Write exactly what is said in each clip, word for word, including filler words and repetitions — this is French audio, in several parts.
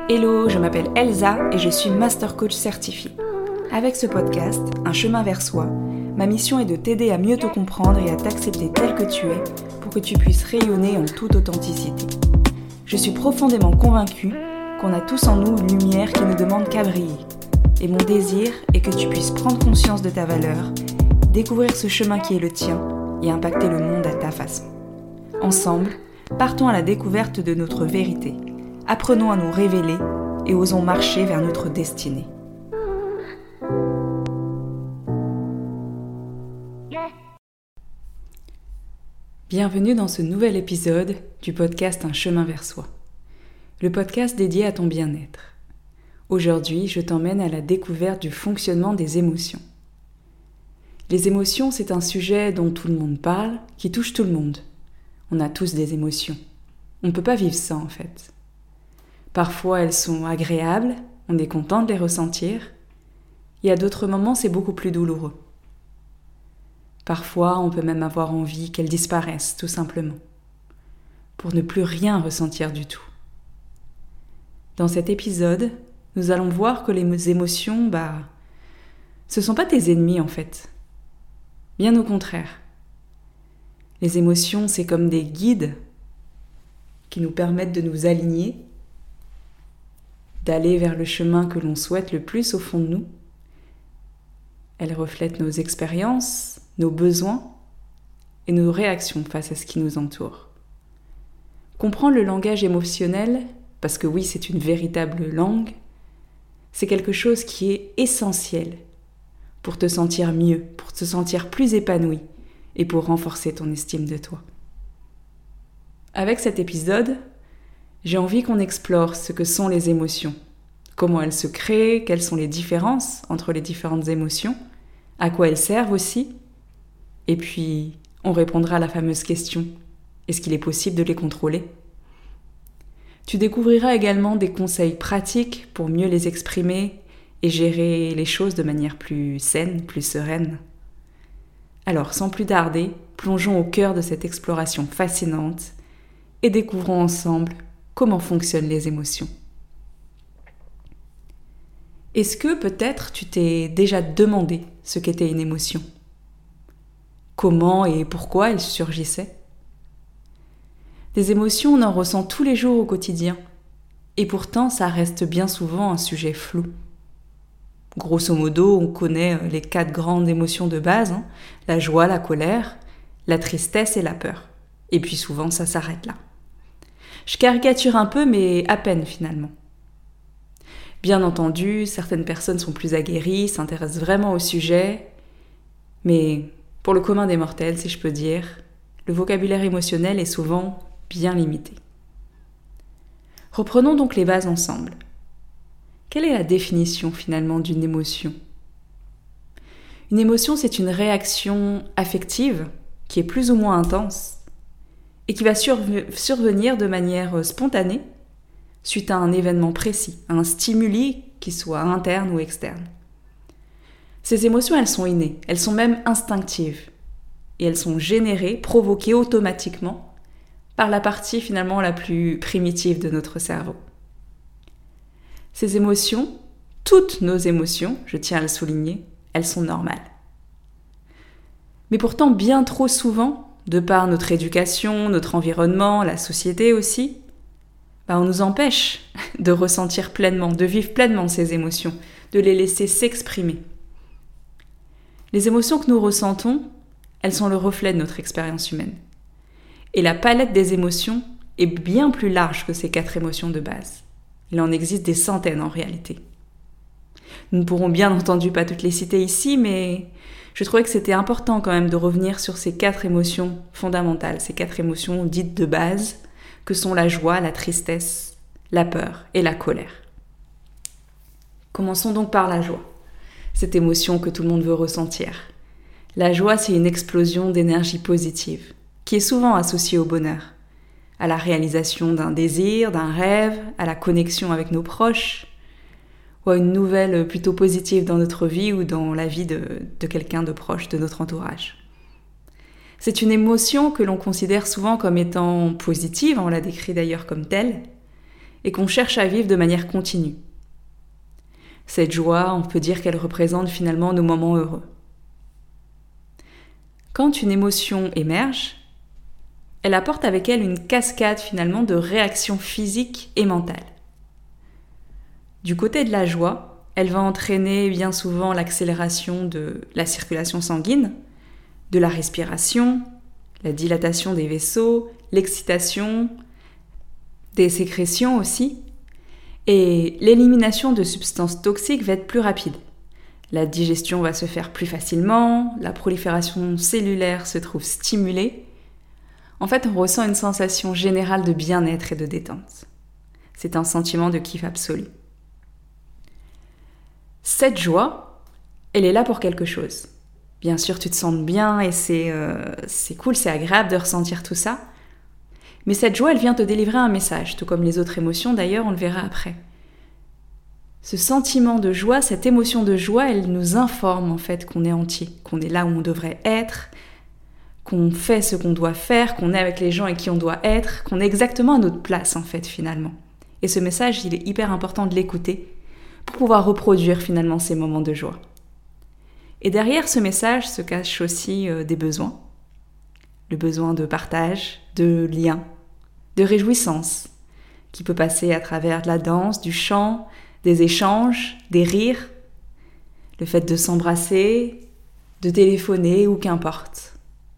Hello, je m'appelle Elsa et je suis Master Coach certifiée. Avec ce podcast, Un chemin vers soi, ma mission est de t'aider à mieux te comprendre et à t'accepter tel que tu es pour que tu puisses rayonner en toute authenticité. Je suis profondément convaincue qu'on a tous en nous une lumière qui ne demande qu'à briller. Et mon désir est que tu puisses prendre conscience de ta valeur, découvrir ce chemin qui est le tien et impacter le monde à ta façon. Ensemble, partons à la découverte de notre vérité. Apprenons à nous révéler et osons marcher vers notre destinée. Bienvenue dans ce nouvel épisode du podcast Un chemin vers soi, le podcast dédié à ton bien-être. Aujourd'hui, je t'emmène à la découverte du fonctionnement des émotions. Les émotions, c'est un sujet dont tout le monde parle, qui touche tout le monde. On a tous des émotions. On ne peut pas vivre sans, en fait. Parfois, elles sont agréables, on est content de les ressentir, et à d'autres moments, c'est beaucoup plus douloureux. Parfois, on peut même avoir envie qu'elles disparaissent, tout simplement, pour ne plus rien ressentir du tout. Dans cet épisode, nous allons voir que les émotions, bah, ce ne sont pas tes ennemis, en fait. Bien au contraire. Les émotions, c'est comme des guides qui nous permettent de nous aligner, d'aller vers le chemin que l'on souhaite le plus au fond de nous. Elles reflètent nos expériences, nos besoins et nos réactions face à ce qui nous entoure. Comprendre le langage émotionnel, parce que oui, c'est une véritable langue, c'est quelque chose qui est essentiel pour te sentir mieux, pour te sentir plus épanoui et pour renforcer ton estime de toi. Avec cet épisode, j'ai envie qu'on explore ce que sont les émotions, comment elles se créent, quelles sont les différences entre les différentes émotions, à quoi elles servent aussi, et puis on répondra à la fameuse question, est-ce qu'il est possible de les contrôler ? Tu découvriras également des conseils pratiques pour mieux les exprimer et gérer les choses de manière plus saine, plus sereine. Alors, sans plus tarder, plongeons au cœur de cette exploration fascinante et découvrons ensemble comment fonctionnent les émotions. Est-ce que peut-être tu t'es déjà demandé ce qu'était une émotion ? Comment et pourquoi elles surgissaient ? Des émotions, on en ressent tous les jours au quotidien, et pourtant ça reste bien souvent un sujet flou. Grosso modo, on connaît les quatre grandes émotions de base, hein, la joie, la colère, la tristesse et la peur. Et puis souvent, ça s'arrête là. Je caricature un peu, mais à peine finalement. Bien entendu, certaines personnes sont plus aguerries, s'intéressent vraiment au sujet, mais pour le commun des mortels, si je peux dire, le vocabulaire émotionnel est souvent bien limité. Reprenons donc les bases ensemble. Quelle est la définition finalement d'une émotion ? Une émotion, c'est une réaction affective qui est plus ou moins intense et qui va surve- survenir de manière spontanée suite à un événement précis, à un stimuli qui soit interne ou externe. Ces émotions, elles sont innées, elles sont même instinctives et elles sont générées, provoquées automatiquement par la partie finalement la plus primitive de notre cerveau. Ces émotions, toutes nos émotions, je tiens à le souligner, elles sont normales. Mais pourtant, bien trop souvent, de par notre éducation, notre environnement, la société aussi, bah on nous empêche de ressentir pleinement, de vivre pleinement ces émotions, de les laisser s'exprimer. Les émotions que nous ressentons, elles sont le reflet de notre expérience humaine. Et la palette des émotions est bien plus large que ces quatre émotions de base. Il en existe des centaines en réalité. Nous ne pourrons bien entendu pas toutes les citer ici, mais je trouvais que c'était important quand même de revenir sur ces quatre émotions fondamentales, ces quatre émotions dites de base, que sont la joie, la tristesse, la peur et la colère. Commençons donc par la joie, cette émotion que tout le monde veut ressentir. La joie, c'est une explosion d'énergie positive, qui est souvent associée au bonheur, à la réalisation d'un désir, d'un rêve, à la connexion avec nos proches, ou à une nouvelle plutôt positive dans notre vie ou dans la vie de, de quelqu'un de proche de notre entourage. C'est une émotion que l'on considère souvent comme étant positive, on la décrit d'ailleurs comme telle, et qu'on cherche à vivre de manière continue. Cette joie, on peut dire qu'elle représente finalement nos moments heureux. Quand une émotion émerge, elle apporte avec elle une cascade finalement de réactions physiques et mentales. Du côté de la joie, elle va entraîner bien souvent l'accélération de la circulation sanguine, de la respiration, la dilatation des vaisseaux, l'excitation, des sécrétions aussi, et l'élimination de substances toxiques va être plus rapide. La digestion va se faire plus facilement, la prolifération cellulaire se trouve stimulée. En fait, on ressent une sensation générale de bien-être et de détente. C'est un sentiment de kiff absolu. Cette joie, elle est là pour quelque chose. Bien sûr, tu te sens bien et c'est, euh, c'est cool, c'est agréable de ressentir tout ça. Mais cette joie, elle vient te délivrer un message, tout comme les autres émotions d'ailleurs, on le verra après. Ce sentiment de joie, cette émotion de joie, elle nous informe en fait qu'on est entier, qu'on est là où on devrait être, qu'on fait ce qu'on doit faire, qu'on est avec les gens avec qui on doit être, qu'on est exactement à notre place en fait finalement. Et ce message, il est hyper important de l'écouter pour pouvoir reproduire finalement ces moments de joie. Et derrière ce message se cachent aussi euh, des besoins. Le besoin de partage, de lien, de réjouissance, qui peut passer à travers de la danse, du chant, des échanges, des rires, le fait de s'embrasser, de téléphoner ou qu'importe.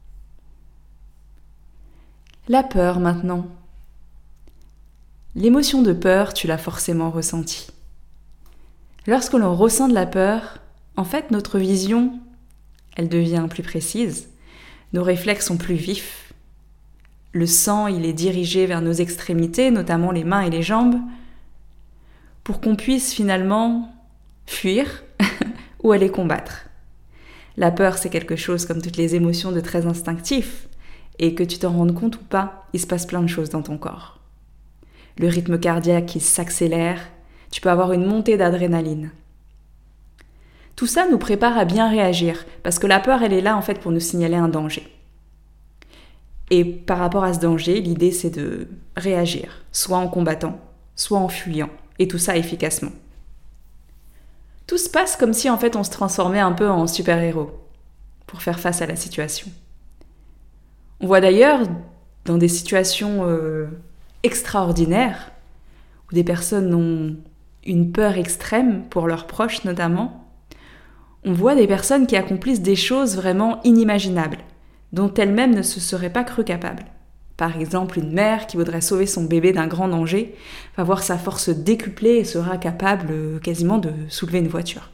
La peur maintenant. L'émotion de peur, tu l'as forcément ressentie. Lorsque l'on ressent de la peur, en fait, notre vision, elle devient plus précise, nos réflexes sont plus vifs, le sang, il est dirigé vers nos extrémités, notamment les mains et les jambes, pour qu'on puisse finalement fuir ou aller combattre. La peur, c'est quelque chose, comme toutes les émotions, de très instinctif, et que tu t'en rendes compte ou pas, il se passe plein de choses dans ton corps. Le rythme cardiaque qui s'accélère, tu peux avoir une montée d'adrénaline. Tout ça nous prépare à bien réagir, parce que la peur, elle est là en fait pour nous signaler un danger. Et par rapport à ce danger, l'idée c'est de réagir, soit en combattant, soit en fuyant, et tout ça efficacement. Tout se passe comme si en fait on se transformait un peu en super-héros pour faire face à la situation. On voit d'ailleurs dans des situations euh, extraordinaires, où des personnes ont une peur extrême pour leurs proches notamment, on voit des personnes qui accomplissent des choses vraiment inimaginables, dont elles-mêmes ne se seraient pas crues capables. Par exemple, une mère qui voudrait sauver son bébé d'un grand danger va voir sa force décuplée et sera capable quasiment de soulever une voiture.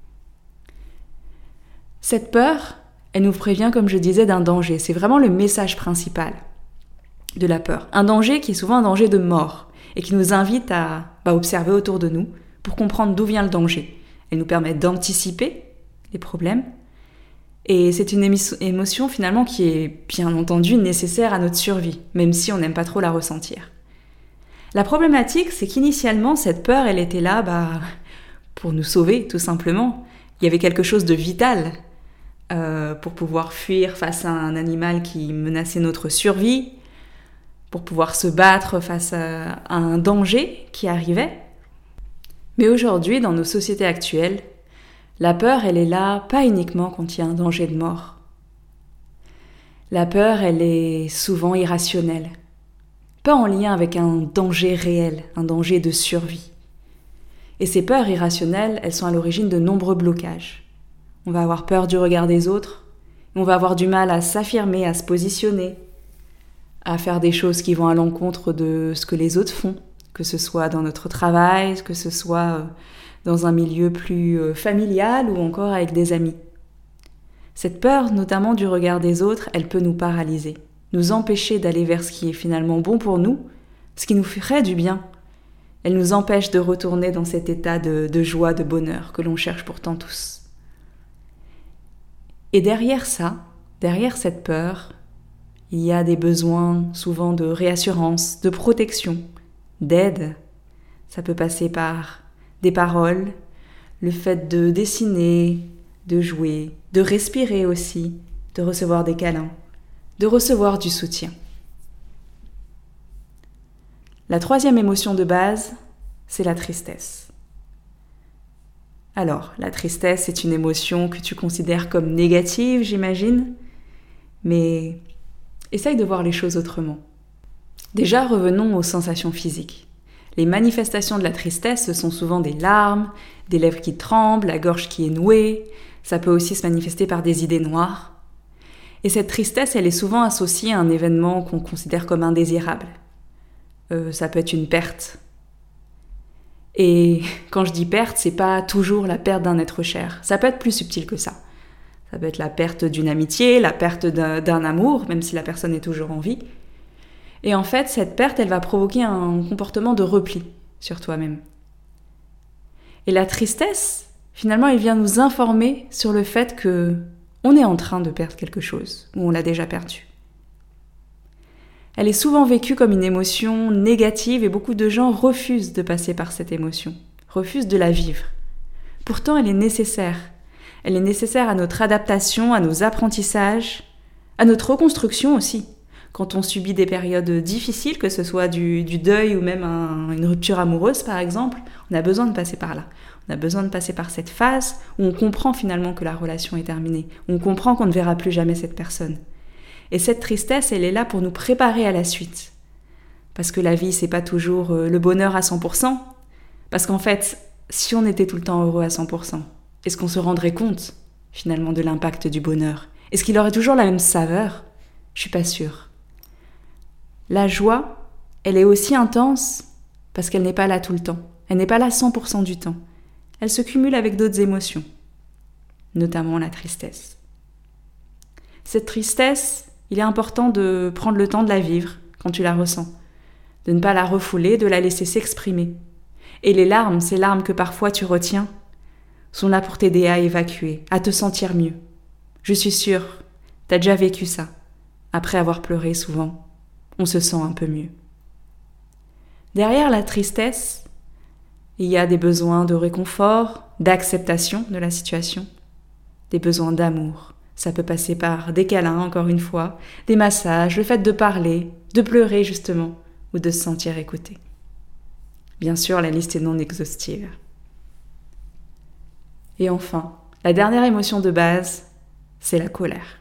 Cette peur, elle nous prévient, comme je disais, d'un danger. C'est vraiment le message principal de la peur. Un danger qui est souvent un danger de mort et qui nous invite à bah, observer autour de nous pour comprendre d'où vient le danger. Elle nous permet d'anticiper les problèmes. Et c'est une émo- émotion finalement qui est bien entendu nécessaire à notre survie, même si on n'aime pas trop la ressentir. La problématique, c'est qu'initialement, cette peur, elle était là bah, pour nous sauver, tout simplement. Il y avait quelque chose de vital euh, pour pouvoir fuir face à un animal qui menaçait notre survie, pour pouvoir se battre face à, à un danger qui arrivait. Mais aujourd'hui, dans nos sociétés actuelles, la peur, elle est là pas uniquement quand il y a un danger de mort. La peur, elle est souvent irrationnelle, pas en lien avec un danger réel, un danger de survie. Et ces peurs irrationnelles, elles sont à l'origine de nombreux blocages. On va avoir peur du regard des autres, on va avoir du mal à s'affirmer, à se positionner, à faire des choses qui vont à l'encontre de ce que les autres font, que ce soit dans notre travail, que ce soit dans un milieu plus familial ou encore avec des amis. Cette peur, notamment du regard des autres, elle peut nous paralyser, nous empêcher d'aller vers ce qui est finalement bon pour nous, ce qui nous ferait du bien. Elle nous empêche de retourner dans cet état de, de joie, de bonheur que l'on cherche pourtant tous. Et derrière ça, derrière cette peur, il y a des besoins souvent de réassurance, de protection, d'aide. Ça peut passer par des paroles, le fait de dessiner, de jouer, de respirer aussi, de recevoir des câlins, de recevoir du soutien. La troisième émotion de base, c'est la tristesse. Alors, la tristesse, c'est une émotion que tu considères comme négative, j'imagine, mais essaye de voir les choses autrement. Déjà, revenons aux sensations physiques. Les manifestations de la tristesse, ce sont souvent des larmes, des lèvres qui tremblent, la gorge qui est nouée. Ça peut aussi se manifester par des idées noires. Et cette tristesse, elle est souvent associée à un événement qu'on considère comme indésirable. Euh, ça peut être une perte. Et quand je dis perte, c'est pas toujours la perte d'un être cher. Ça peut être plus subtil que ça. Ça peut être la perte d'une amitié, la perte d'un, d'un amour, même si la personne est toujours en vie. Et en fait, cette perte, elle va provoquer un comportement de repli sur toi-même. Et la tristesse, finalement, elle vient nous informer sur le fait que on est en train de perdre quelque chose, ou on l'a déjà perdu. Elle est souvent vécue comme une émotion négative et beaucoup de gens refusent de passer par cette émotion, refusent de la vivre. Pourtant, elle est nécessaire. Elle est nécessaire à notre adaptation, à nos apprentissages, à notre reconstruction aussi. Quand on subit des périodes difficiles, que ce soit du, du deuil ou même un, une rupture amoureuse par exemple, on a besoin de passer par là. On a besoin de passer par cette phase où on comprend finalement que la relation est terminée, où on comprend qu'on ne verra plus jamais cette personne. Et cette tristesse, elle est là pour nous préparer à la suite. Parce que la vie, c'est pas toujours le bonheur à cent pour cent. Parce qu'en fait, si on était tout le temps heureux à cent pour cent, est-ce qu'on se rendrait compte finalement de l'impact du bonheur ? Est-ce qu'il aurait toujours la même saveur ? Je suis pas sûre. La joie, elle est aussi intense parce qu'elle n'est pas là tout le temps. Elle n'est pas là cent pour cent du temps. Elle se cumule avec d'autres émotions, notamment la tristesse. Cette tristesse, il est important de prendre le temps de la vivre quand tu la ressens, de ne pas la refouler, de la laisser s'exprimer. Et les larmes, ces larmes que parfois tu retiens, sont là pour t'aider à évacuer, à te sentir mieux. Je suis sûre, t'as déjà vécu ça. Après avoir pleuré souvent, on se sent un peu mieux. Derrière la tristesse, il y a des besoins de réconfort, d'acceptation de la situation, des besoins d'amour. Ça peut passer par des câlins, encore une fois, des massages, le fait de parler, de pleurer justement, ou de se sentir écouté. Bien sûr, la liste est non exhaustive. Et enfin, la dernière émotion de base, c'est la colère.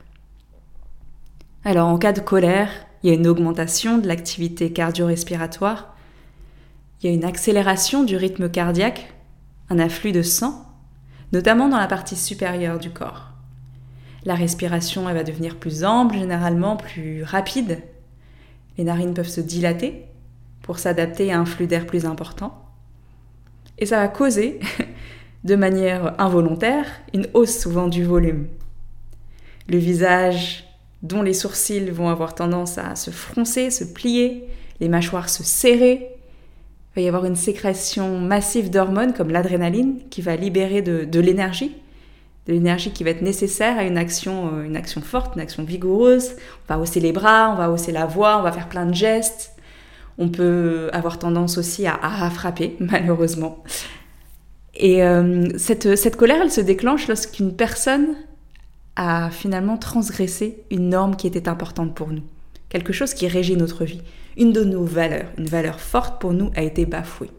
Alors, en cas de colère, il y a une augmentation de l'activité cardio-respiratoire, il y a une accélération du rythme cardiaque, un afflux de sang, notamment dans la partie supérieure du corps. La respiration, elle va devenir plus ample, généralement plus rapide. Les narines peuvent se dilater pour s'adapter à un flux d'air plus important. Et ça va causer, de manière involontaire, une hausse souvent du volume. Le visage, dont les sourcils vont avoir tendance à se froncer, se plier, les mâchoires se serrer. Il va y avoir une sécrétion massive d'hormones comme l'adrénaline qui va libérer de, de l'énergie, de l'énergie qui va être nécessaire à une action, euh, une action forte, une action vigoureuse. On va hausser les bras, on va hausser la voix, on va faire plein de gestes. On peut avoir tendance aussi à, à frapper, malheureusement. Et euh, cette, cette colère, elle se déclenche lorsqu'une personne a finalement transgressé une norme qui était importante pour nous. Quelque chose qui régit notre vie. Une de nos valeurs, une valeur forte pour nous a été bafouée.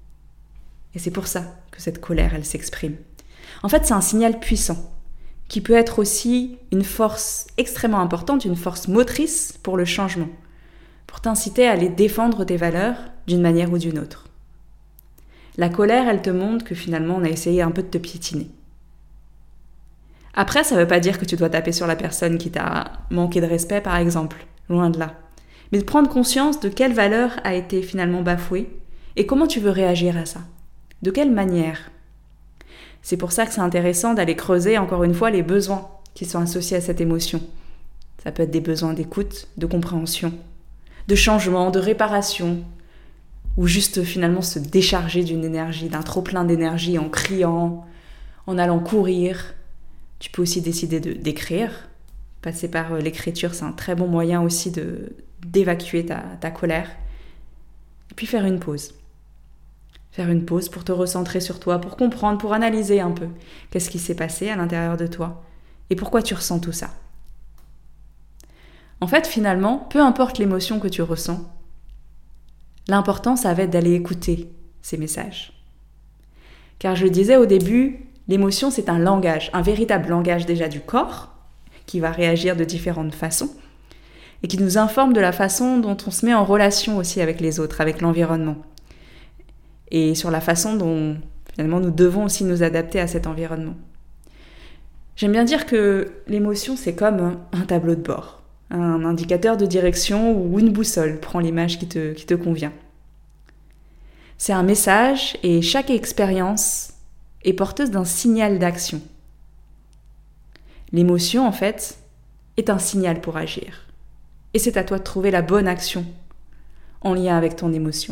Et c'est pour ça que cette colère, elle s'exprime. En fait, c'est un signal puissant, qui peut être aussi une force extrêmement importante, une force motrice pour le changement, pour t'inciter à aller défendre tes valeurs d'une manière ou d'une autre. La colère, elle te montre que finalement, on a essayé un peu de te piétiner. Après, ça ne veut pas dire que tu dois taper sur la personne qui t'a manqué de respect, par exemple, loin de là. Mais de prendre conscience de quelle valeur a été finalement bafouée et comment tu veux réagir à ça. De quelle manière ? C'est pour ça que c'est intéressant d'aller creuser, encore une fois, les besoins qui sont associés à cette émotion. Ça peut être des besoins d'écoute, de compréhension, de changement, de réparation, ou juste finalement se décharger d'une énergie, d'un trop-plein d'énergie en criant, en allant courir. Tu peux aussi décider de, d'écrire. Passer par l'écriture, c'est un très bon moyen aussi de, d'évacuer ta, ta colère. Et puis faire une pause. Faire une pause pour te recentrer sur toi, pour comprendre, pour analyser un peu qu'est-ce qui s'est passé à l'intérieur de toi et pourquoi tu ressens tout ça. En fait, finalement, peu importe l'émotion que tu ressens, L'important, ça va être d'aller écouter ces messages. Car je le disais au début, l'émotion, c'est un langage, un véritable langage déjà du corps, qui va réagir de différentes façons, et qui nous informe de la façon dont on se met en relation aussi avec les autres, avec l'environnement. Et sur la façon dont, finalement, nous devons aussi nous adapter à cet environnement. J'aime bien dire que l'émotion, c'est comme un tableau de bord, un indicateur de direction ou une boussole, prends l'image qui te, qui te convient. C'est un message et chaque expérience est porteuse d'un signal d'action. L'émotion, en fait, est un signal pour agir. Et c'est à toi de trouver la bonne action en lien avec ton émotion.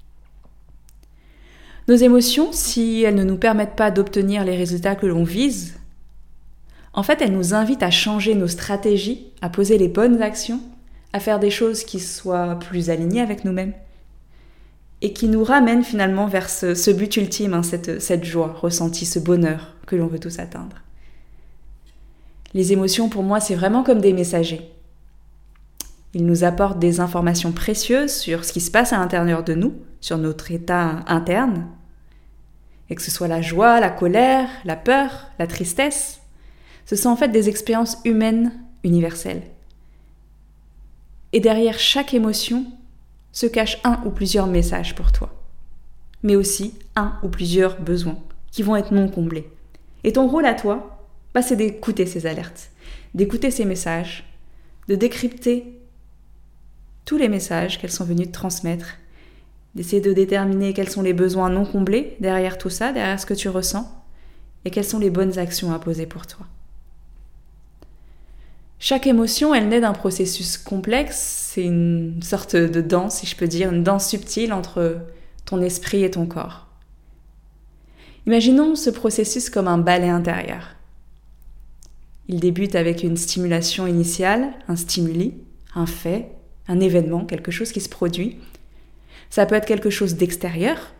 Nos émotions, si elles ne nous permettent pas d'obtenir les résultats que l'on vise, en fait, elles nous invitent à changer nos stratégies, à poser les bonnes actions, à faire des choses qui soient plus alignées avec nous-mêmes et qui nous ramènent finalement vers ce, ce but ultime, hein, cette, cette joie ressentie, ce bonheur que l'on veut tous atteindre. Les émotions, pour moi, c'est vraiment comme des messagers. Ils nous apportent des informations précieuses sur ce qui se passe à l'intérieur de nous, sur notre état interne, et que ce soit la joie, la colère, la peur, la tristesse, ce sont en fait des expériences humaines universelles. Et derrière chaque émotion se cache un ou plusieurs messages pour toi, mais aussi un ou plusieurs besoins qui vont être non comblés. Et ton rôle à toi, bah, c'est d'écouter ces alertes, d'écouter ces messages, de décrypter tous les messages qu'elles sont venues te transmettre, d'essayer de déterminer quels sont les besoins non comblés derrière tout ça, derrière ce que tu ressens, et quelles sont les bonnes actions à poser pour toi. Chaque émotion, elle naît d'un processus complexe, c'est une sorte de danse, si je peux dire, une danse subtile entre ton esprit et ton corps. Imaginons ce processus comme un ballet intérieur. Il débute avec une stimulation initiale, un stimuli, un fait, un événement, quelque chose qui se produit. Ça peut être quelque chose d'extérieur,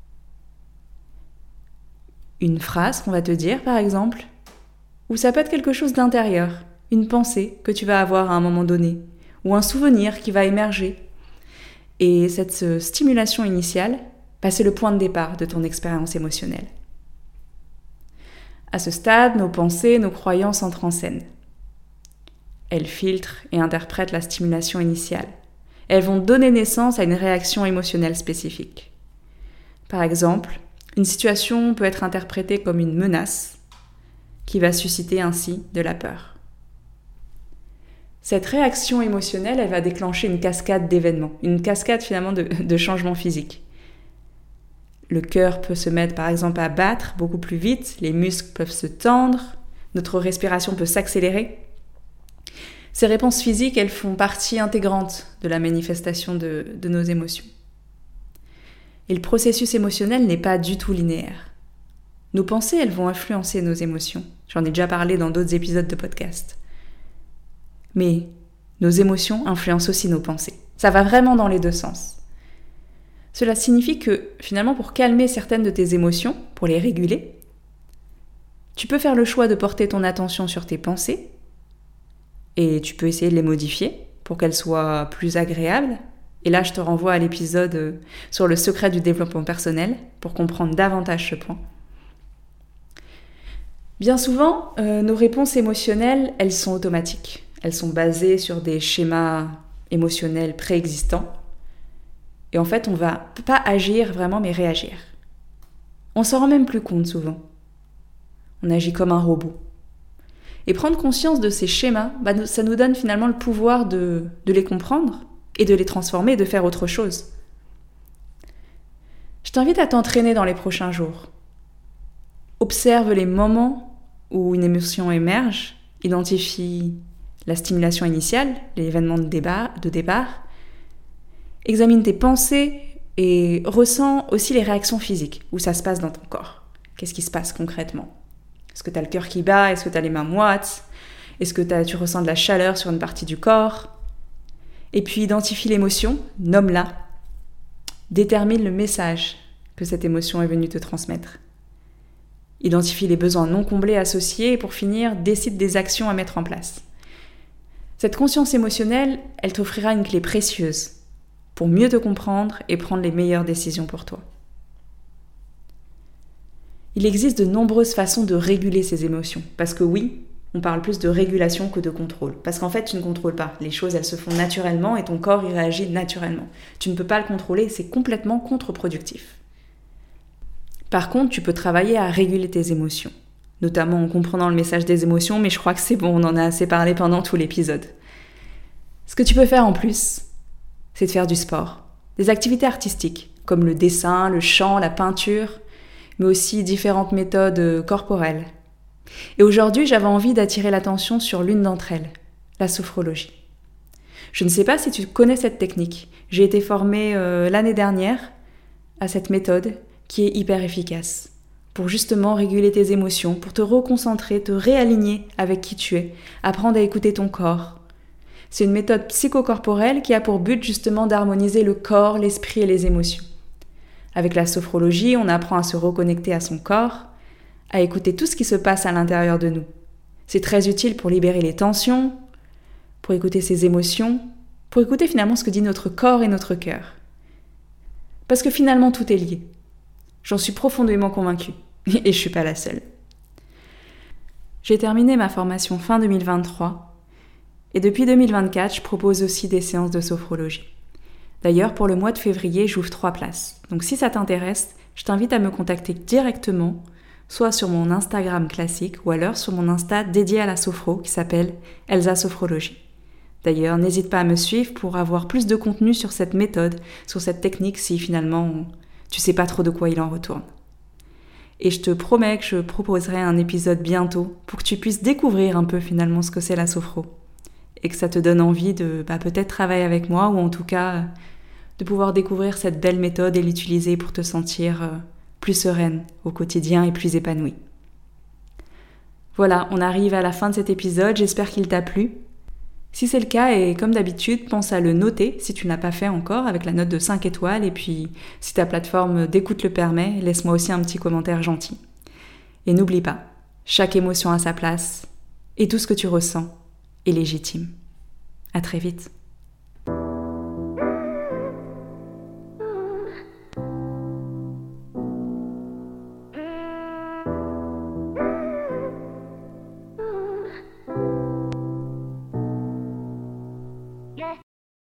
une phrase qu'on va te dire par exemple, ou ça peut être quelque chose d'intérieur, une pensée que tu vas avoir à un moment donné, ou un souvenir qui va émerger. Et cette stimulation initiale, bah, c'est le point de départ de ton expérience émotionnelle. À ce stade, nos pensées, nos croyances entrent en scène. Elles filtrent et interprètent la stimulation initiale. Elles vont donner naissance à une réaction émotionnelle spécifique. Par exemple, une situation peut être interprétée comme une menace qui va susciter ainsi de la peur. Cette réaction émotionnelle, elle va déclencher une cascade d'événements, une cascade finalement de, de changements physiques. Le cœur peut se mettre par exemple à battre beaucoup plus vite, les muscles peuvent se tendre, notre respiration peut s'accélérer. Ces réponses physiques, elles font partie intégrante de la manifestation de, de nos émotions. Et le processus émotionnel n'est pas du tout linéaire. Nos pensées, elles vont influencer nos émotions. J'en ai déjà parlé dans d'autres épisodes de podcast. Mais nos émotions influencent aussi nos pensées. Ça va vraiment dans les deux sens. Cela signifie que, finalement, pour calmer certaines de tes émotions, pour les réguler, tu peux faire le choix de porter ton attention sur tes pensées et tu peux essayer de les modifier pour qu'elles soient plus agréables. Et là, je te renvoie à l'épisode sur le secret du développement personnel pour comprendre davantage ce point. Bien souvent, euh, nos réponses émotionnelles, elles sont automatiques. Elles sont basées sur des schémas émotionnels préexistants. Et en fait, on ne va pas agir vraiment, mais réagir. On s'en rend même plus compte souvent. On agit comme un robot. Et prendre conscience de ces schémas, bah, ça nous donne finalement le pouvoir de, de les comprendre et de les transformer et de faire autre chose. Je t'invite à t'entraîner dans les prochains jours. Observe les moments où une émotion émerge, identifie la stimulation initiale, l'événement de départ, de départ, examine tes pensées et ressens aussi les réactions physiques, où ça se passe dans ton corps. Qu'est-ce qui se passe concrètement ? Est-ce que tu as le cœur qui bat ? Est-ce que tu as les mains moites ? Est-ce que t'as, tu ressens de la chaleur sur une partie du corps ? Et puis identifie l'émotion, nomme-la, détermine le message que cette émotion est venue te transmettre. Identifie les besoins non comblés associés et pour finir, décide des actions à mettre en place. Cette conscience émotionnelle, elle t'offrira une clé précieuse pour mieux te comprendre et prendre les meilleures décisions pour toi. Il existe de nombreuses façons de réguler ses émotions, parce que oui, on parle plus de régulation que de contrôle. Parce qu'en fait, tu ne contrôles pas. Les choses, elles se font naturellement et ton corps y réagit naturellement. Tu ne peux pas le contrôler, c'est complètement contre-productif. Par contre, tu peux travailler à réguler tes émotions, notamment en comprenant le message des émotions, mais je crois que c'est bon, on en a assez parlé pendant tout l'épisode. Ce que tu peux faire en plus, c'est de faire du sport, des activités artistiques, comme le dessin, le chant, la peinture, mais aussi différentes méthodes corporelles. Et aujourd'hui, j'avais envie d'attirer l'attention sur l'une d'entre elles, la sophrologie. Je ne sais pas si tu connais cette technique. J'ai été formée euh, l'année dernière à cette méthode qui est hyper efficace pour justement réguler tes émotions, pour te reconcentrer, te réaligner avec qui tu es, apprendre à écouter ton corps. C'est une méthode psychocorporelle qui a pour but justement d'harmoniser le corps, l'esprit et les émotions. Avec la sophrologie, on apprend à se reconnecter à son corps, à écouter tout ce qui se passe à l'intérieur de nous. C'est très utile pour libérer les tensions, pour écouter ses émotions, pour écouter finalement ce que dit notre corps et notre cœur. Parce que finalement, tout est lié. J'en suis profondément convaincue, et je suis pas la seule. J'ai terminé ma formation fin deux mille vingt-trois, et depuis deux mille vingt-quatre, je propose aussi des séances de sophrologie. D'ailleurs, pour le mois de février, j'ouvre trois places. Donc si ça t'intéresse, je t'invite à me contacter directement, soit sur mon Instagram classique ou alors sur mon Insta dédié à la sophro qui s'appelle Elsa Sophrologie. D'ailleurs, n'hésite pas à me suivre pour avoir plus de contenu sur cette méthode, sur cette technique si finalement tu sais pas trop de quoi il en retourne. Et je te promets que je proposerai un épisode bientôt pour que tu puisses découvrir un peu finalement ce que c'est la sophro et que ça te donne envie de bah, peut-être travailler avec moi ou en tout cas de pouvoir découvrir cette belle méthode et l'utiliser pour te sentir euh, plus sereine au quotidien et plus épanouie. Voilà, on arrive à la fin de cet épisode, j'espère qu'il t'a plu. Si c'est le cas, et comme d'habitude, pense à le noter si tu ne l'as pas fait encore avec la note de cinq étoiles, et puis si ta plateforme d'écoute le permet, laisse-moi aussi un petit commentaire gentil. Et n'oublie pas, chaque émotion a sa place, et tout ce que tu ressens est légitime. À très vite.